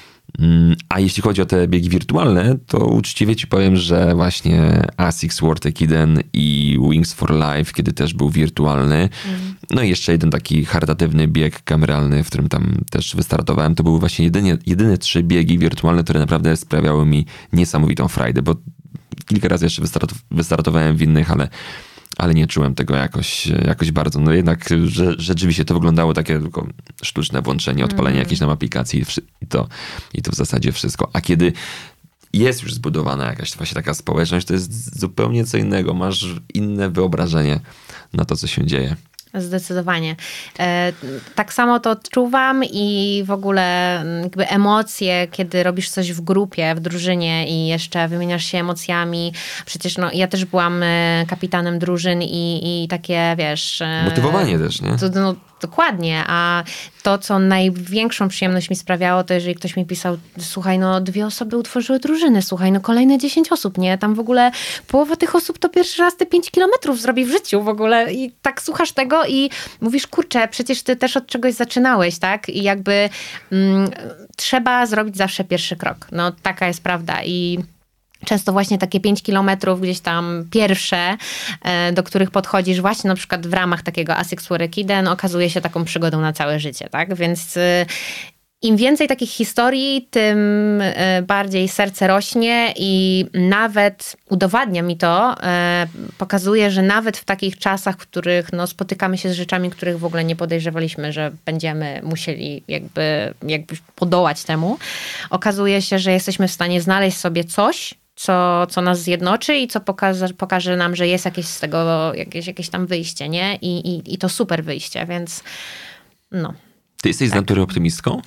A jeśli chodzi o te biegi wirtualne, to uczciwie ci powiem, że właśnie Asics for a Kiden i Wings for Life, kiedy też był wirtualny, mm. no i jeszcze jeden taki charytatywny bieg kameralny, w którym tam też wystartowałem, to były właśnie jedynie, jedyne trzy biegi wirtualne, które naprawdę sprawiały mi niesamowitą frajdę, bo kilka razy jeszcze wystart- wystartowałem w innych, ale, ale nie czułem tego jakoś, jakoś bardzo. No jednak że, rzeczywiście to wyglądało takie tylko sztuczne włączenie, odpalenie mm. jakiejś tam aplikacji i to, i to w zasadzie wszystko. A kiedy jest już zbudowana jakaś właśnie taka społeczność, to jest zupełnie co innego. Masz inne wyobrażenie na to, co się dzieje. Zdecydowanie. E, tak samo to odczuwam i w ogóle jakby emocje, kiedy robisz coś w grupie, w drużynie i jeszcze wymieniasz się emocjami. Przecież no, ja też byłam kapitanem drużyn i, i takie, wiesz... Motywowanie też, nie? To, no, Dokładnie, a to, co największą przyjemność mi sprawiało, to jeżeli ktoś mi pisał, słuchaj, no dwie osoby utworzyły drużynę, słuchaj, no kolejne dziesięć osób, nie? Tam w ogóle połowa tych osób to pierwszy raz te pięć kilometrów zrobi w życiu w ogóle i tak słuchasz tego i mówisz, kurczę, przecież ty też od czegoś zaczynałeś, tak? I jakby mm, trzeba zrobić zawsze pierwszy krok. No taka jest prawda i często właśnie takie pięć kilometrów gdzieś tam pierwsze, do których podchodzisz właśnie na przykład w ramach takiego Asics Workiden, okazuje się taką przygodą na całe życie, tak? Więc im więcej takich historii, tym bardziej serce rośnie i nawet udowadnia mi to, pokazuje, że nawet w takich czasach, w których no, spotykamy się z rzeczami, których w ogóle nie podejrzewaliśmy, że będziemy musieli jakby, jakby podołać temu, okazuje się, że jesteśmy w stanie znaleźć sobie coś, co, co nas zjednoczy i co pokaże, pokaże nam, że jest jakieś z tego, jakieś, jakieś tam wyjście, nie? I, i, i to super wyjście, więc no. Ty jesteś tak. z natury optymistką?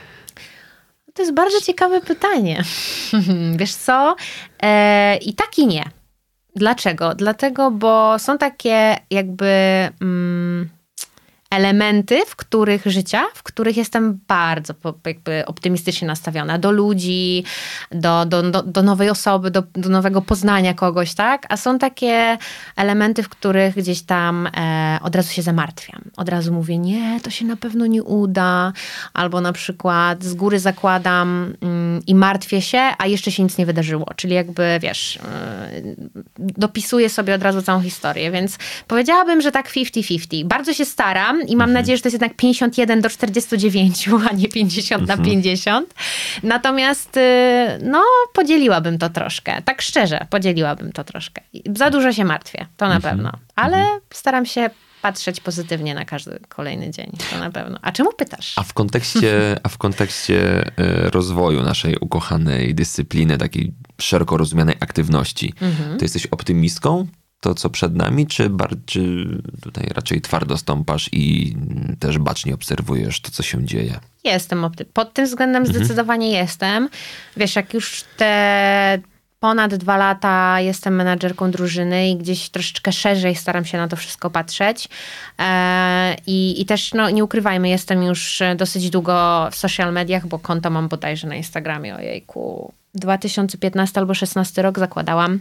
To jest bardzo ciekawe pytanie. Wiesz co? E, I tak i nie. Dlaczego? Dlatego, bo są takie jakby mm, elementy, w których życia, w których jestem bardzo jakby optymistycznie nastawiona do ludzi, do, do, do, do nowej osoby, do, do nowego poznania kogoś, tak? A są takie elementy, w których gdzieś tam e, od razu się zamartwiam. Od razu mówię, nie, to się na pewno nie uda. Albo na przykład z góry zakładam mm, i martwię się, a jeszcze się nic nie wydarzyło. Czyli jakby, wiesz, e, dopisuję sobie od razu całą historię. Więc powiedziałabym, że tak fifty fifty. Bardzo się staram i mam mhm. nadzieję, że to jest jednak pięćdziesiąt jeden do czterdziestu dziewięciu, a nie pięćdziesiąt mhm. na pięćdziesiąt. Natomiast no podzieliłabym to troszkę. Tak szczerze, podzieliłabym to troszkę. Za dużo się martwię, to na mhm. pewno. Ale mhm. staram się patrzeć pozytywnie na każdy kolejny dzień, to na pewno. A czemu pytasz? A w kontekście, a w kontekście rozwoju naszej ukochanej dyscypliny, takiej szeroko rozumianej aktywności, mhm. to jesteś optymistką? To, co przed nami, czy, bar- czy tutaj raczej twardo stąpasz i też bacznie obserwujesz to, co się dzieje? Jestem opty- Pod tym względem mhm. zdecydowanie jestem. Wiesz, jak już te ponad dwa lata jestem menadżerką drużyny i gdzieś troszeczkę szerzej staram się na to wszystko patrzeć. E, i, I też, no nie ukrywajmy, jestem już dosyć długo w social mediach, bo konto mam bodajże na Instagramie, ojejku, dwa tysiące piętnasty albo szesnasty rok zakładałam.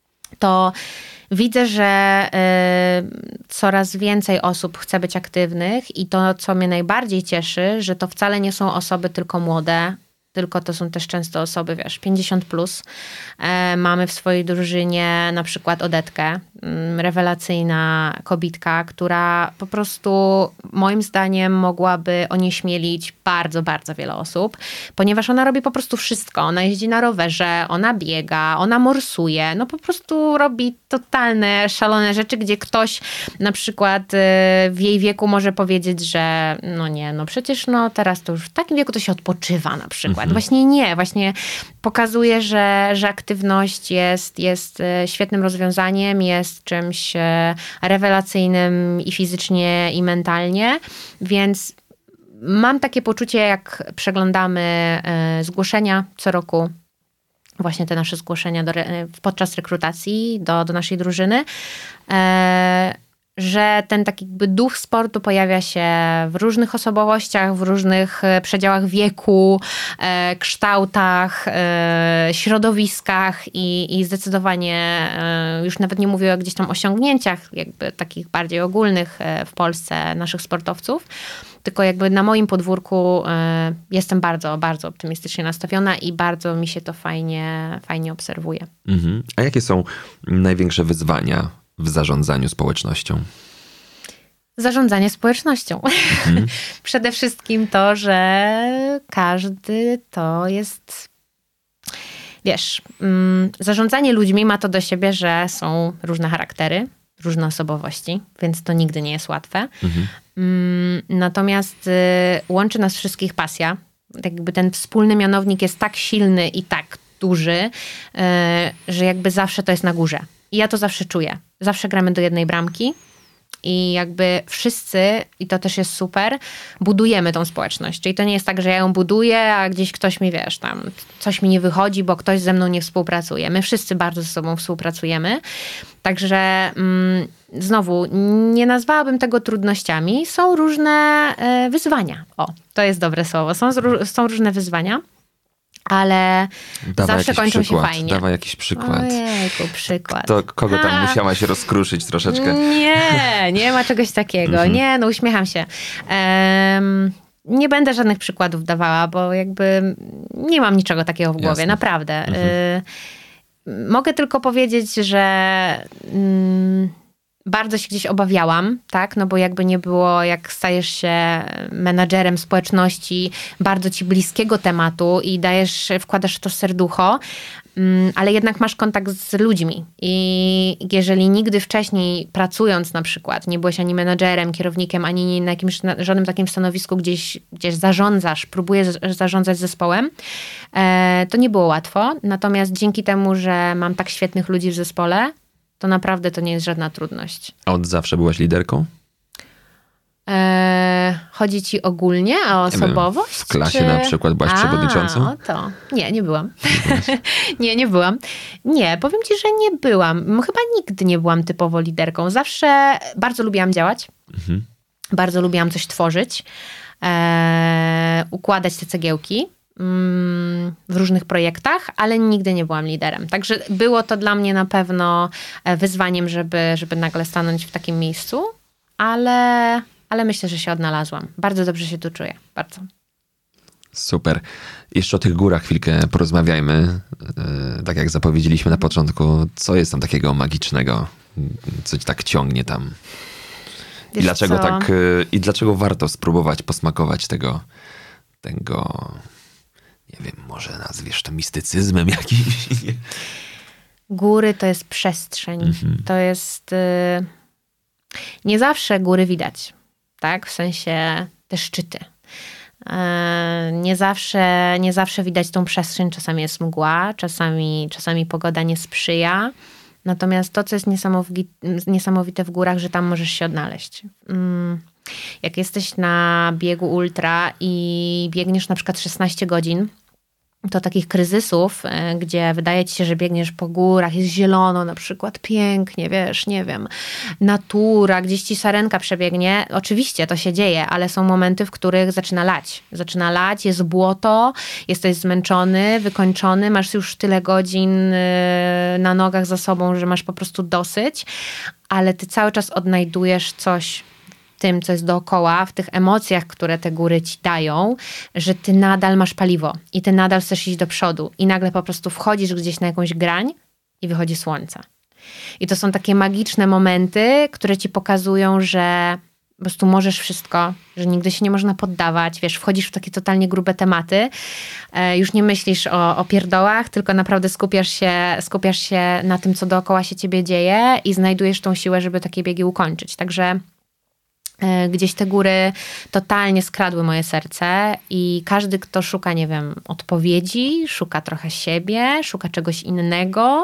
To widzę, że y, coraz więcej osób chce być aktywnych i to, co mnie najbardziej cieszy, że to wcale nie są osoby tylko młode, tylko to są też często osoby, wiesz, pięćdziesiąt plus. E, mamy w swojej drużynie na przykład Odetkę, rewelacyjna kobitka, która po prostu moim zdaniem mogłaby onieśmielić bardzo, bardzo wiele osób, ponieważ ona robi po prostu wszystko. Ona jeździ na rowerze, ona biega, ona morsuje, no po prostu robi totalne, szalone rzeczy, gdzie ktoś na przykład w jej wieku może powiedzieć, że no nie, no przecież no teraz to już w takim wieku to się odpoczywa na przykład. Mhm. Właśnie nie, właśnie pokazuje, że, że aktywność jest, jest świetnym rozwiązaniem, jest czymś rewelacyjnym i fizycznie, i mentalnie, więc mam takie poczucie, jak przeglądamy zgłoszenia co roku, właśnie te nasze zgłoszenia do, podczas rekrutacji do, do naszej drużyny, że ten taki jakby duch sportu pojawia się w różnych osobowościach, w różnych przedziałach wieku, e, kształtach, e, środowiskach i, i zdecydowanie e, już nawet nie mówię o gdzieś tam osiągnięciach jakby takich bardziej ogólnych e, w Polsce naszych sportowców, tylko jakby na moim podwórku e, jestem bardzo, bardzo optymistycznie nastawiona i bardzo mi się to fajnie, fajnie obserwuje. Mhm. A jakie są największe wyzwania w zarządzaniu społecznością? Zarządzanie społecznością. Mhm. Przede wszystkim to, że każdy to jest... Wiesz, mm, zarządzanie ludźmi ma to do siebie, że są różne charaktery, różne osobowości, więc to nigdy nie jest łatwe. Mhm. Mm, natomiast y, łączy nas wszystkich pasja. Tak jakby ten wspólny mianownik jest tak silny i tak duży, y, że jakby zawsze to jest na górze. I ja to zawsze czuję. Zawsze gramy do jednej bramki i jakby wszyscy, i to też jest super, budujemy tą społeczność. Czyli to nie jest tak, że ja ją buduję, a gdzieś ktoś mi, wiesz, tam coś mi nie wychodzi, bo ktoś ze mną nie współpracuje. My wszyscy bardzo ze sobą współpracujemy. Także mm, znowu, nie nazwałabym tego trudnościami. Są różne y, wyzwania. O, to jest dobre słowo. Są, są różne wyzwania. Ale Dawaj zawsze kończą przykład, się fajnie. Dawaj jakiś przykład. Ojejku, przykład. To kogo tam A. musiałaś rozkruszyć troszeczkę? Nie, nie ma czegoś takiego. Mhm. Nie, no uśmiecham się. Um, nie będę żadnych przykładów dawała, bo jakby nie mam niczego takiego w głowie, Jasne. naprawdę. Mhm. Y, mogę tylko powiedzieć, że mm, bardzo się gdzieś obawiałam, tak? No bo jakby nie było, jak stajesz się menadżerem społeczności bardzo ci bliskiego tematu i dajesz, wkładasz w to serducho, ale jednak masz kontakt z ludźmi. I jeżeli nigdy wcześniej pracując na przykład, nie byłeś ani menadżerem, kierownikiem, ani na jakimś na żadnym takim stanowisku, gdzieś, gdzieś zarządzasz, próbujesz zarządzać zespołem, to nie było łatwo. Natomiast dzięki temu, że mam tak świetnych ludzi w zespole, to naprawdę to nie jest żadna trudność. A od zawsze byłaś liderką? Eee, chodzi ci ogólnie o osobowość? W klasie czy... na przykład byłaś A, przewodniczącą? O to. Nie, nie byłam. nie, nie byłam. Nie, powiem ci, że nie byłam. Chyba nigdy nie byłam typowo liderką. Zawsze bardzo lubiłam działać. Mhm. Bardzo lubiłam coś tworzyć. Eee, układać te cegiełki w różnych projektach, ale nigdy nie byłam liderem. Także było to dla mnie na pewno wyzwaniem, żeby, żeby nagle stanąć w takim miejscu, ale, ale myślę, że się odnalazłam. Bardzo dobrze się tu czuję. Bardzo. Super. Jeszcze o tych górach chwilkę porozmawiajmy. Tak jak zapowiedzieliśmy na początku, co jest tam takiego magicznego? Co ci tak ciągnie tam? I Wiesz dlaczego co? tak, i dlaczego warto spróbować posmakować tego, tego, nie wiem, może nazwiesz to mistycyzmem jakimś? Nie? Góry to jest przestrzeń. Mhm. To jest... Y... Nie zawsze góry widać, tak? W sensie te szczyty. Nie zawsze, nie zawsze widać tą przestrzeń. Czasami jest mgła, czasami, czasami pogoda nie sprzyja. Natomiast to, co jest niesamowite w górach, że tam możesz się odnaleźć. Jak jesteś na biegu ultra i biegniesz na przykład szesnaście godzin, to takich kryzysów, gdzie wydaje ci się, że biegniesz po górach, jest zielono na przykład, pięknie, wiesz, nie wiem, natura, gdzieś ci sarenka przebiegnie. Oczywiście to się dzieje, ale są momenty, w których zaczyna lać. Zaczyna lać, jest błoto, jesteś zmęczony, wykończony, masz już tyle godzin na nogach za sobą, że masz po prostu dosyć, ale ty cały czas odnajdujesz coś tym, co jest dookoła, w tych emocjach, które te góry ci dają, że ty nadal masz paliwo i ty nadal chcesz iść do przodu i nagle po prostu wchodzisz gdzieś na jakąś grań i wychodzi słońce. I to są takie magiczne momenty, które ci pokazują, że po prostu możesz wszystko, że nigdy się nie można poddawać, wiesz, wchodzisz w takie totalnie grube tematy, e, już nie myślisz o, o pierdołach, tylko naprawdę skupiasz się, skupiasz się na tym, co dookoła się ciebie dzieje i znajdujesz tą siłę, żeby takie biegi ukończyć. Także gdzieś te góry totalnie skradły moje serce i każdy, kto szuka, nie wiem, odpowiedzi, szuka trochę siebie, szuka czegoś innego,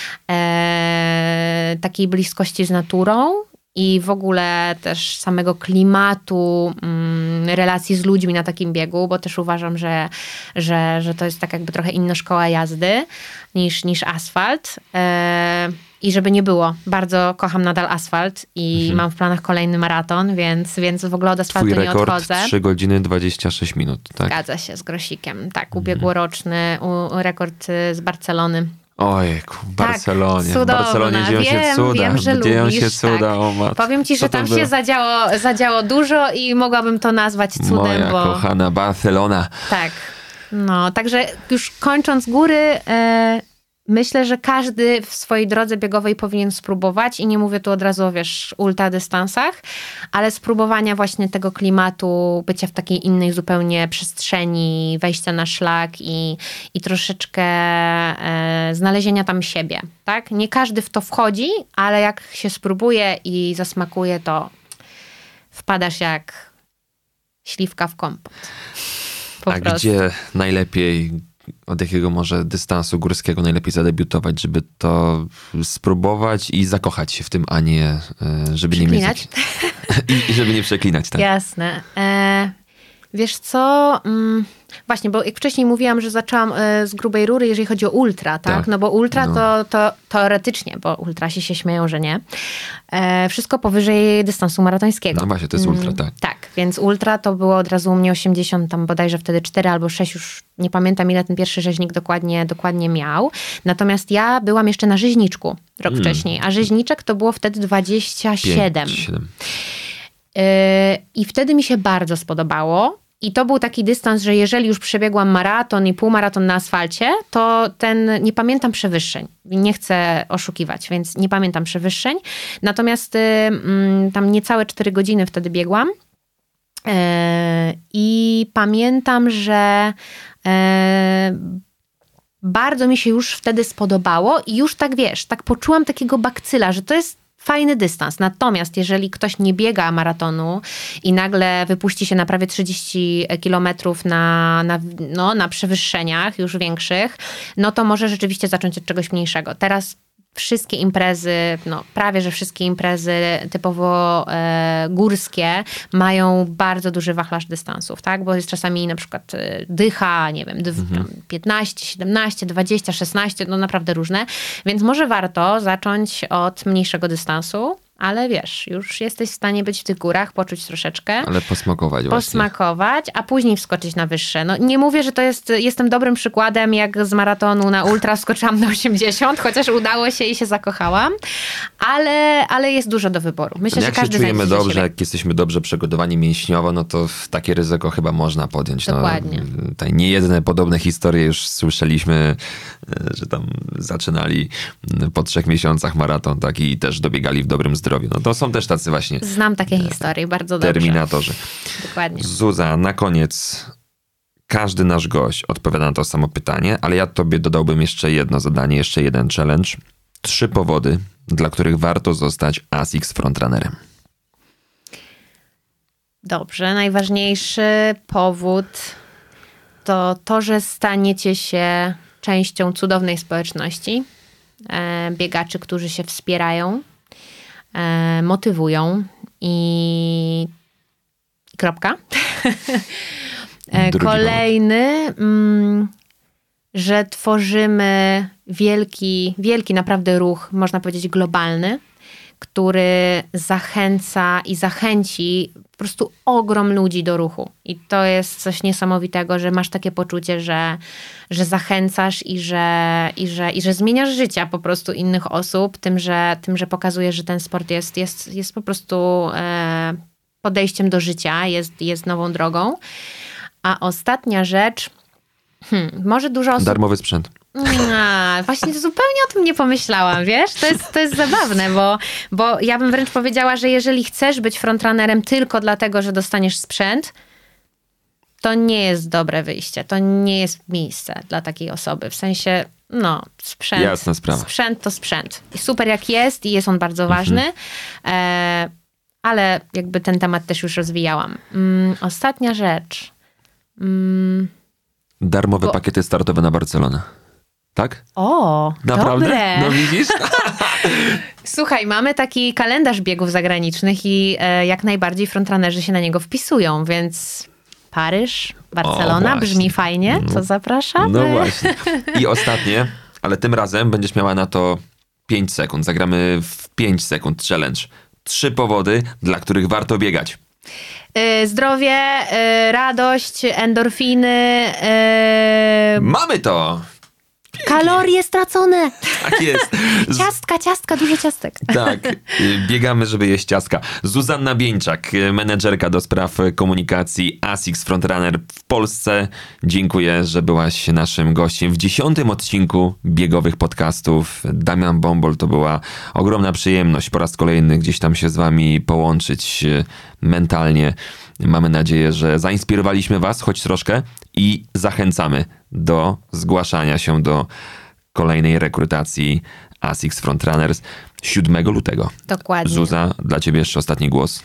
e, takiej bliskości z naturą i w ogóle też samego klimatu, mm, relacji z ludźmi na takim biegu, bo też uważam, że, że, że to jest tak jakby trochę inna szkoła jazdy niż, niż asfalt. E, I żeby nie było, bardzo kocham nadal asfalt i mhm. mam w planach kolejny maraton, więc, więc w ogóle od asfaltu Twój nie rekord odchodzę. trzy godziny dwadzieścia sześć minut, tak? Zgadza się, z grosikiem. Tak, ubiegłoroczny u, rekord z Barcelony. Ojejku, w Barcelonie. Tak, w Barcelonie dzieją wiem, się cuda. Wiem, że dzieją lubisz, się cuda, tak. o matko. Powiem ci, Co że tam było? się zadziało, zadziało dużo i mogłabym to nazwać cudem, Moja bo... kochana Barcelona. Tak. No, także już kończąc góry... Yy... Myślę, że każdy w swojej drodze biegowej powinien spróbować i nie mówię tu od razu o, wiesz, ultradystansach, ale spróbowania właśnie tego klimatu, bycia w takiej innej zupełnie przestrzeni, wejścia na szlak i, i troszeczkę e, znalezienia tam siebie, tak? Nie każdy w to wchodzi, ale jak się spróbuje i zasmakuje, to wpadasz jak śliwka w kompot. Po A prostu. gdzie najlepiej od jakiego może dystansu górskiego najlepiej zadebiutować, żeby to spróbować i zakochać się w tym, a nie żeby nie mieć... I, I żeby nie przeklinać, tak. Jasne. E, wiesz co... Mm, właśnie, bo jak wcześniej mówiłam, że zaczęłam e, z grubej rury, jeżeli chodzi o ultra, tak? tak. No bo ultra no. to, to teoretycznie, bo ultrasi się śmieją, że nie. E, wszystko powyżej dystansu maratońskiego. No właśnie, to jest ultra, tak. Mm, tak, więc ultra to było od razu u mnie osiemdziesiąt, tam bodajże wtedy cztery albo sześć, już nie pamiętam ile ten pierwszy rzeźnik dokładnie, dokładnie miał. Natomiast ja byłam jeszcze na rzeźniczku rok mm. wcześniej, a rzeźniczek to było wtedy dwadzieścia siedem. pięć, siedem. Yy, I wtedy mi się bardzo spodobało. I to był taki dystans, że jeżeli już przebiegłam maraton i półmaraton na asfalcie, to ten, nie pamiętam przewyższeń. Nie chcę oszukiwać, więc nie pamiętam przewyższeń. Natomiast yy, tam niecałe cztery godziny wtedy biegłam. Yy, I pamiętam, że yy, bardzo mi się już wtedy spodobało i już tak, wiesz, tak poczułam takiego bakcyla, że to jest fajny dystans. Natomiast jeżeli ktoś nie biega maratonu i nagle wypuści się na prawie trzydzieści kilometrów na, na, no, na przewyższeniach już większych, no to może rzeczywiście zacząć od czegoś mniejszego. Teraz wszystkie imprezy, no prawie że wszystkie imprezy typowo e, górskie mają bardzo duży wachlarz dystansów, tak? Bo jest czasami na przykład e, dycha, nie wiem, dyf, mhm. piętnaście, siedemnaście, dwadzieścia, szesnaście, no naprawdę różne. Więc może warto zacząć od mniejszego dystansu, ale wiesz, już jesteś w stanie być w tych górach, poczuć troszeczkę. Ale posmakować właśnie. Posmakować, a później wskoczyć na wyższe. No nie mówię, że to jest, jestem dobrym przykładem, jak z maratonu na ultra skoczyłam na osiemdziesiąt, chociaż udało się i się zakochałam, ale, ale jest dużo do wyboru. Myślę, jak że każdy się czujemy dobrze, siebie. Jak jesteśmy dobrze przygotowani mięśniowo, no to takie ryzyko chyba można podjąć. Dokładnie. No, tutaj niejedne podobne historie już słyszeliśmy, że tam zaczynali po trzech miesiącach maraton, tak, i też dobiegali w dobrym zdrowiu. No to są też tacy właśnie... Znam takie historie, bardzo dobrze. Terminatorzy. Dokładnie. Zuza, na koniec każdy nasz gość odpowiada na to samo pytanie, ale ja tobie dodałbym jeszcze jedno zadanie, jeszcze jeden challenge. Trzy powody, dla których warto zostać ASICS Frontrunnerem. Dobrze, najważniejszy powód to to, że staniecie się częścią cudownej społeczności. E, biegaczy, którzy się wspierają, e, motywują i kropka. e, kolejny, mm, że tworzymy wielki, wielki naprawdę ruch, można powiedzieć globalny, który zachęca i zachęci po prostu ogrom ludzi do ruchu. I to jest coś niesamowitego, że masz takie poczucie, że, że zachęcasz i że, i, że, i że zmieniasz życia po prostu innych osób, tym, że, tym, że pokazujesz, że ten sport jest, jest, jest po prostu e, podejściem do życia, jest, jest nową drogą. A ostatnia rzecz, hmm, może dużo osób... Darmowy sprzęt. A, właśnie zupełnie o tym nie pomyślałam, wiesz? To jest, to jest zabawne, bo, bo ja bym wręcz powiedziała, że jeżeli chcesz być frontrunnerem tylko dlatego, że dostaniesz sprzęt, to nie jest dobre wyjście. To nie jest miejsce dla takiej osoby. W sensie, no, sprzęt. Jasna sprawa. Sprzęt to sprzęt. I super jak jest i jest on bardzo ważny, mhm. e, ale jakby ten temat też już rozwijałam. Mm, ostatnia rzecz. Mm, Darmowe bo... pakiety startowe na Barcelonę. Tak? O, naprawdę? Dobre. No widzisz? Słuchaj, mamy taki kalendarz biegów zagranicznych i e, jak najbardziej frontrunnerzy się na niego wpisują, więc Paryż, Barcelona, o, brzmi fajnie, to zapraszamy. No właśnie. I ostatnie, ale tym razem będziesz miała na to pięć sekund. Zagramy w pięć sekund challenge. Trzy powody, dla których warto biegać. Yy, zdrowie, yy, radość, endorfiny. Yy... Mamy to! Kalorie stracone. Tak jest. Ciastka, ciastka, dużo ciastek. Tak, biegamy, żeby jeść ciastka. Zuzanna Bieńczak, menedżerka do spraw komunikacji ASICS Frontrunner w Polsce. Dziękuję, że byłaś naszym gościem w dziesiątym odcinku biegowych podcastów. Damian Bombol, to była ogromna przyjemność po raz kolejny gdzieś tam się z wami połączyć mentalnie. Mamy nadzieję, że zainspirowaliśmy was choć troszkę i zachęcamy do zgłaszania się do kolejnej rekrutacji ASICS Frontrunners siódmego lutego. Dokładnie. Zuza, dla ciebie jeszcze ostatni głos.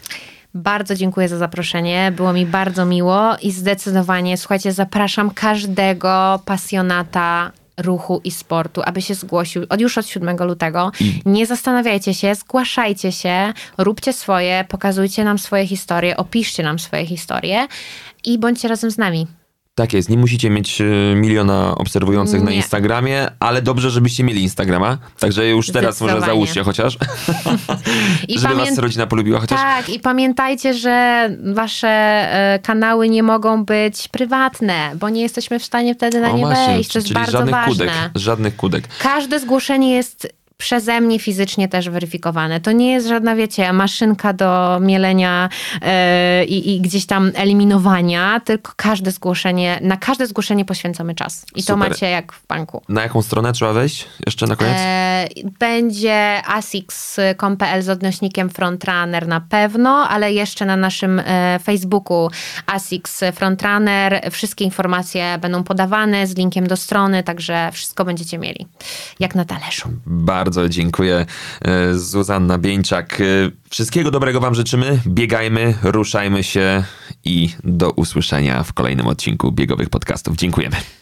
Bardzo dziękuję za zaproszenie. Było mi bardzo miło i zdecydowanie, słuchajcie, zapraszam każdego pasjonata ruchu i sportu, aby się zgłosił od już od siódmego lutego. I... Nie zastanawiajcie się, zgłaszajcie się, róbcie swoje, pokazujcie nam swoje historie, opiszcie nam swoje historie i bądźcie razem z nami. Tak jest, nie musicie mieć miliona obserwujących nie. na Instagramie, ale dobrze, żebyście mieli Instagrama, także już teraz może załóżcie chociaż, I żeby pamię... was rodzina polubiła chociaż. Tak, i pamiętajcie, że wasze e, kanały nie mogą być prywatne, bo nie jesteśmy w stanie wtedy na o nie właśnie, wejść, to jest bardzo żadnych ważne. Kudek, żadnych kudek. Każde zgłoszenie jest przeze mnie fizycznie też weryfikowane. To nie jest żadna, wiecie, maszynka do mielenia yy, i gdzieś tam eliminowania, tylko każde zgłoszenie, na każde zgłoszenie poświęcamy czas. I Super. To macie jak w banku. Na jaką stronę trzeba wejść? Jeszcze na koniec? Yy, będzie asics kropka com kropka p l z odnośnikiem Frontrunner na pewno, ale jeszcze na naszym yy, Facebooku Asics Frontrunner wszystkie informacje będą podawane z linkiem do strony, także wszystko będziecie mieli jak na talerzu. Bardzo Bardzo dziękuję. Zuzanna Bieńczak. Wszystkiego dobrego wam życzymy. Biegajmy, ruszajmy się i do usłyszenia w kolejnym odcinku Biegowych Podcastów. Dziękujemy.